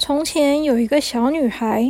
从前有一个小女孩，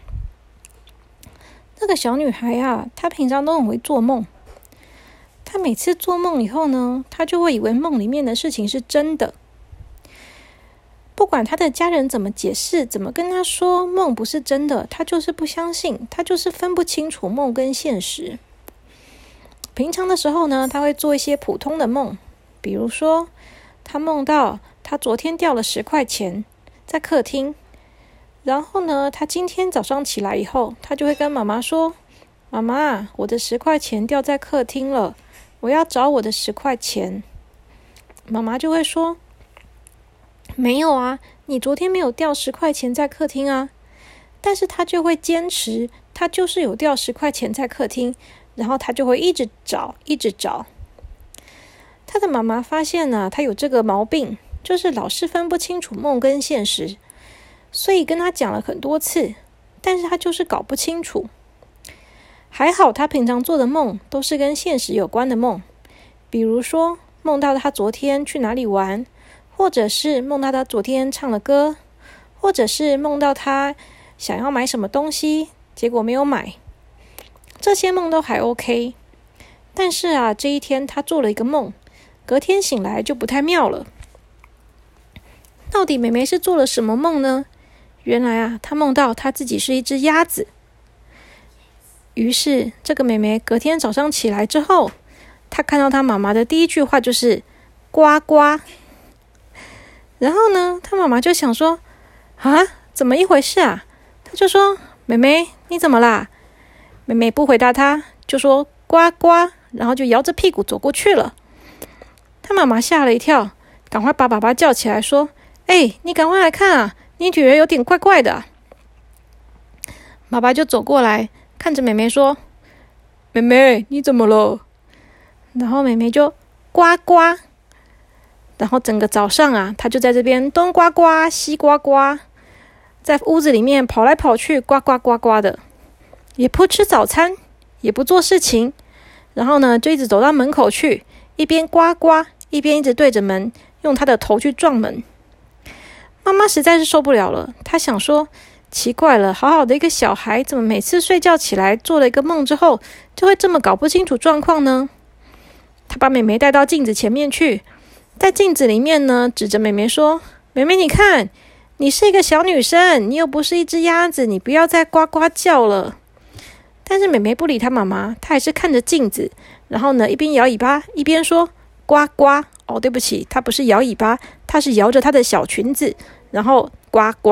那个小女孩啊，她平常都很会做梦。她每次做梦以后呢，她就会以为梦里面的事情是真的。不管她的家人怎么解释，怎么跟她说梦不是真的，她就是不相信，她就是分不清楚梦跟现实。平常的时候呢，她会做一些普通的梦，比如说，她梦到她昨天掉了10块钱在客厅，然后呢，她今天早上起来以后，她就会跟妈妈说：“妈妈，我的10块钱掉在客厅了，我要找我的10块钱。”妈妈就会说：“没有啊，你昨天没有掉10块钱在客厅啊。”但是她就会坚持，她就是有掉10块钱在客厅，然后她就会一直找，一直找。她的妈妈发现呢，她有这个毛病，就是老是分不清楚梦跟现实，所以跟她讲了很多次，但是她就是搞不清楚。还好她平常做的梦都是跟现实有关的梦，比如说梦到她昨天去哪里玩，或者是梦到她昨天唱了歌，或者是梦到她想要买什么东西，结果没有买。这些梦都还 OK， 但是啊，这一天她做了一个梦，隔天醒来就不太妙了。到底妹妹是做了什么梦呢？原来啊，她梦到她自己是一只鸭子。于是这个妹妹隔天早上起来之后，她看到她妈妈的第一句话就是呱呱。然后呢，她妈妈就想说，啊，怎么一回事啊？她就说，妹妹你怎么啦？妹妹不回答她，就说呱呱，然后就摇着屁股走过去了。她妈妈吓了一跳，赶快把爸爸叫起来说，你赶快来看啊，你女儿有点怪怪的啊。爸爸就走过来，看着妹妹说，妹妹你怎么了？然后妹妹就呱呱，然后整个早上啊，她就在这边东呱呱西呱呱，在屋子里面跑来跑去，呱呱呱呱的，也不吃早餐，也不做事情，然后呢就一直走到门口去，一边呱呱，一边一直对着门，用她的头去撞门。妈妈实在是受不了了，她想说，奇怪了，好好的一个小孩，怎么每次睡觉起来做了一个梦之后，就会这么搞不清楚状况呢？她把妹妹带到镜子前面去，在镜子里面呢，指着妹妹说，妹妹你看，你是一个小女生，你又不是一只鸭子，你不要再呱呱叫了。但是妹妹不理她妈妈，她还是看着镜子，然后呢，一边摇尾巴，一边说呱呱。哦，对不起，她不是摇尾巴，她是摇着她的小裙子，然后呱呱。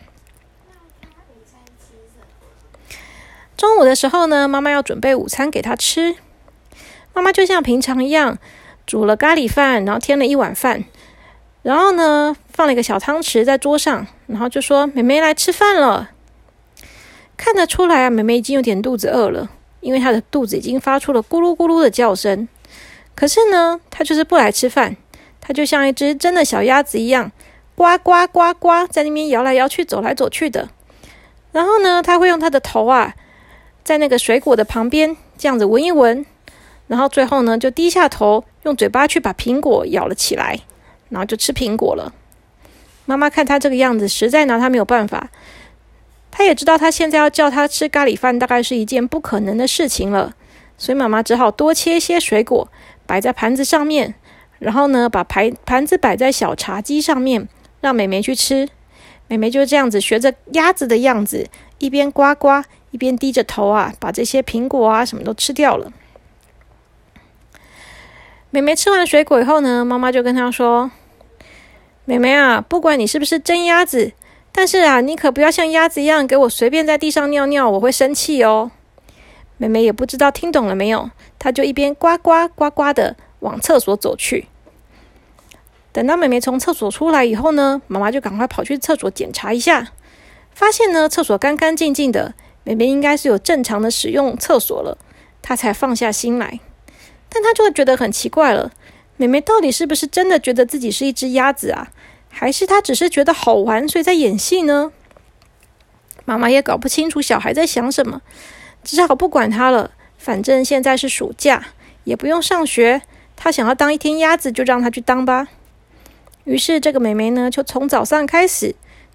中午的时候呢，妈妈要准备午餐给她吃。妈妈就像平常一样，煮了咖喱饭，然后添了一碗饭，然后呢，放了一个小汤匙在桌上，然后就说，妹妹来吃饭了。看得出来啊，妹妹已经有点肚子饿了，因为她的肚子已经发出了咕噜咕噜的叫声。可是呢，她就是不来吃饭，她就像一只真的小鸭子一样，呱呱呱呱，在那边摇来摇去，走来走去的。然后呢，她会用她的头啊，在那个水果的旁边这样子闻一闻，然后最后呢，就低下头，用嘴巴去把苹果咬了起来，然后就吃苹果了。妈妈看她这个样子，实在拿她没有办法。她也知道她现在要叫她吃咖喱饭大概是一件不可能的事情了，所以妈妈只好多切一些水果摆在盘子上面，然后呢，把盘子摆在小茶几上面，让妹妹去吃。妹妹就这样子学着鸭子的样子，一边呱呱，一边低着头啊，把这些苹果啊什么都吃掉了。妹妹吃完水果以后呢，妈妈就跟她说，妹妹啊，不管你是不是真鸭子，但是啊，你可不要像鸭子一样给我随便在地上尿尿，我会生气哦。妹妹也不知道听懂了没有，她就一边呱呱呱呱的往厕所走去。等到妹妹从厕所出来以后呢，妈妈就赶快跑去厕所检查一下，发现呢，厕所干干净净的，妹妹应该是有正常的使用厕所了，她才放下心来。但她就会觉得很奇怪了，妹妹到底是不是真的觉得自己是一只鸭子啊？还是她只是觉得好玩，所以在演戏呢？妈妈也搞不清楚小孩在想什么，只好不管她了，反正现在是暑假，也不用上学，她想要当一天鸭子就让她去当吧。于是这个妹妹呢，就从早上开始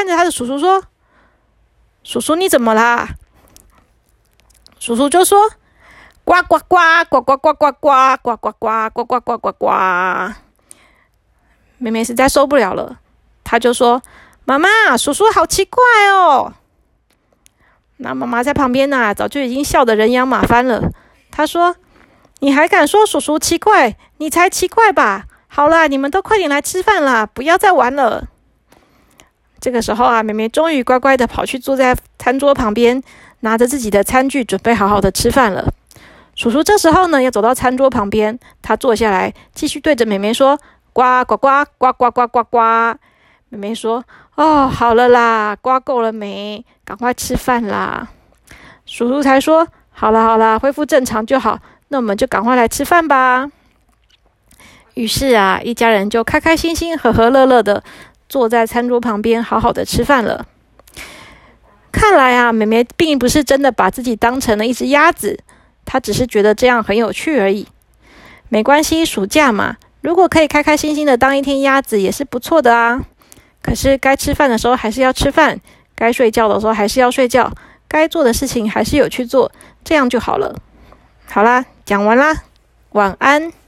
看着他的叔叔说：“叔叔，你怎么啦？”叔叔就说：“呱呱呱，呱呱呱呱呱，呱呱呱，呱呱呱呱呱。”妹妹实在受不了了，她就说：“妈妈，叔叔好奇怪哦。”那妈妈在旁边早就已经笑得人仰马翻了。她说：“你还敢说叔叔奇怪？你才奇怪吧！好啦，你们都快点来吃饭啦，不要再玩了。”这个时候妹妹终于乖乖的跑去坐在餐桌旁边，拿着自己的餐具，准备好好的吃饭了。叔叔这时候呢，要走到餐桌旁边，他坐下来，继续对着妹妹说：“呱呱呱，呱呱呱呱呱。”妹妹说：“哦，好了啦，呱够了没？赶快吃饭啦。”叔叔才说：“好啦，恢复正常就好，那我们就赶快来吃饭吧。”于是一家人就开开心心、和和乐乐的坐在餐桌旁边，好好的吃饭了。看来妹妹并不是真的把自己当成了一只鸭子，她只是觉得这样很有趣而已。没关系，暑假嘛，如果可以开开心心的当一天鸭子也是不错的啊。可是该吃饭的时候还是要吃饭，该睡觉的时候还是要睡觉，该做的事情还是有去做，这样就好了。好啦，讲完啦，晚安。